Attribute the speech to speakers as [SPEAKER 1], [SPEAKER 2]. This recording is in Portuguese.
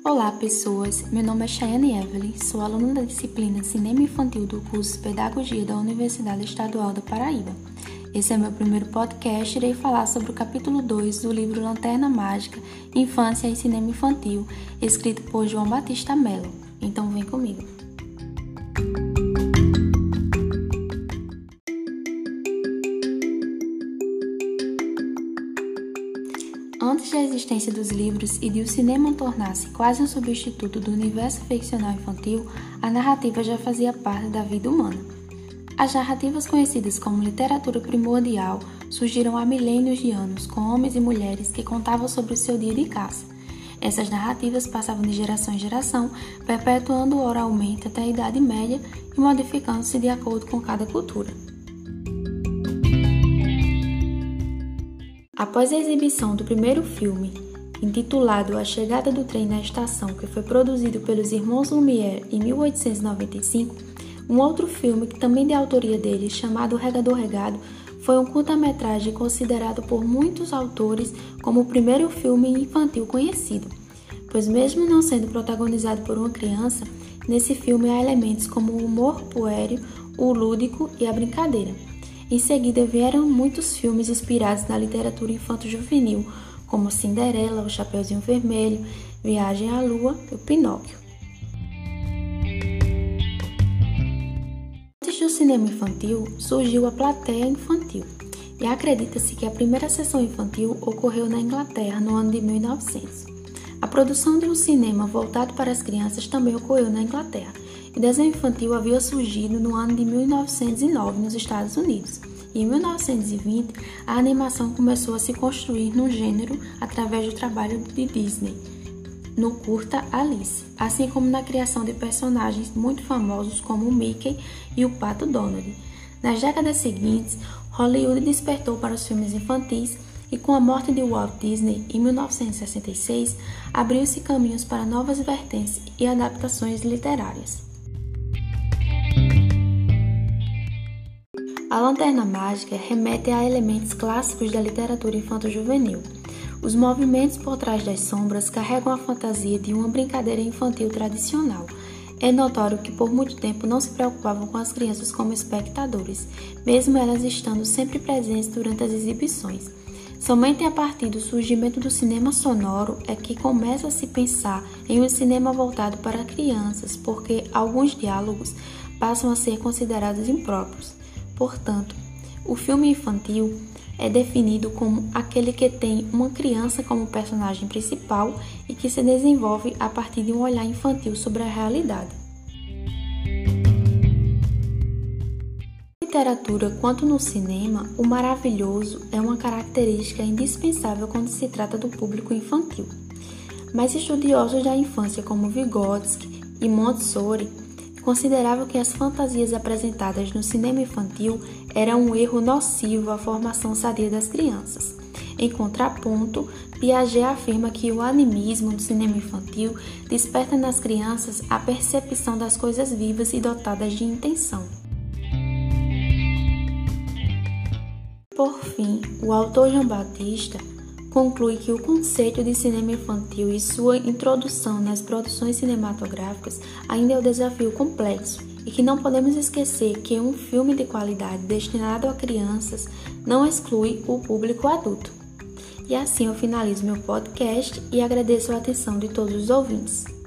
[SPEAKER 1] Olá, pessoas! Meu nome é Chayane Evelyn, sou aluna da disciplina Cinema Infantil do curso Pedagogia da Universidade Estadual da Paraíba. Esse é meu primeiro podcast e irei falar sobre o capítulo 2 do livro Lanterna Mágica, Infância e Cinema Infantil, escrito por João Batista Mello. Então vem comigo! Antes da existência dos livros e de o cinema tornar-se quase um substituto do universo ficcional infantil, a narrativa já fazia parte da vida humana. As narrativas conhecidas como literatura primordial surgiram há milênios de anos, com homens e mulheres que contavam sobre o seu dia de caça. Essas narrativas passavam de geração em geração, perpetuando oralmente até a Idade Média e modificando-se de acordo com cada cultura. Após a exibição do primeiro filme, intitulado A Chegada do Trem na Estação, que foi produzido pelos irmãos Lumière em 1895, um outro filme, que também de autoria deles, chamado Regador Regado, foi um curta-metragem considerado por muitos autores como o primeiro filme infantil conhecido, pois mesmo não sendo protagonizado por uma criança, nesse filme há elementos como o humor puéril, o lúdico e a brincadeira. Em seguida vieram muitos filmes inspirados na literatura infanto-juvenil, como Cinderela, O Chapeuzinho Vermelho, Viagem à Lua e o Pinóquio. Antes do cinema infantil, surgiu a plateia infantil, e acredita-se que a primeira sessão infantil ocorreu na Inglaterra no ano de 1900. A produção de um cinema voltado para as crianças também ocorreu na Inglaterra. O desenho infantil havia surgido no ano de 1909 nos Estados Unidos, e em 1920 a animação começou a se construir no gênero através do trabalho de Disney, no curta Alice, assim como na criação de personagens muito famosos como o Mickey e o Pato Donald. Nas décadas seguintes, Hollywood despertou para os filmes infantis e com a morte de Walt Disney em 1966, abriu-se caminhos para novas vertentes e adaptações literárias. A Lanterna Mágica remete a elementos clássicos da literatura infanto-juvenil. Os movimentos por trás das sombras carregam a fantasia de uma brincadeira infantil tradicional. É notório que por muito tempo não se preocupavam com as crianças como espectadores, mesmo elas estando sempre presentes durante as exibições. Somente a partir do surgimento do cinema sonoro é que começa a se pensar em um cinema voltado para crianças, porque alguns diálogos passam a ser considerados impróprios. Portanto, o filme infantil é definido como aquele que tem uma criança como personagem principal e que se desenvolve a partir de um olhar infantil sobre a realidade. Na literatura quanto no cinema, o maravilhoso é uma característica indispensável quando se trata do público infantil. Mas estudiosos da infância como Vygotsky e Montessori consideravam que as fantasias apresentadas no cinema infantil eram um erro nocivo à formação sadia das crianças. Em contraponto, Piaget afirma que o animismo do cinema infantil desperta nas crianças a percepção das coisas vivas e dotadas de intenção. Por fim, o autor João Batista conclui que o conceito de cinema infantil e sua introdução nas produções cinematográficas ainda é um desafio complexo e que não podemos esquecer que um filme de qualidade destinado a crianças não exclui o público adulto. E assim eu finalizo meu podcast e agradeço a atenção de todos os ouvintes.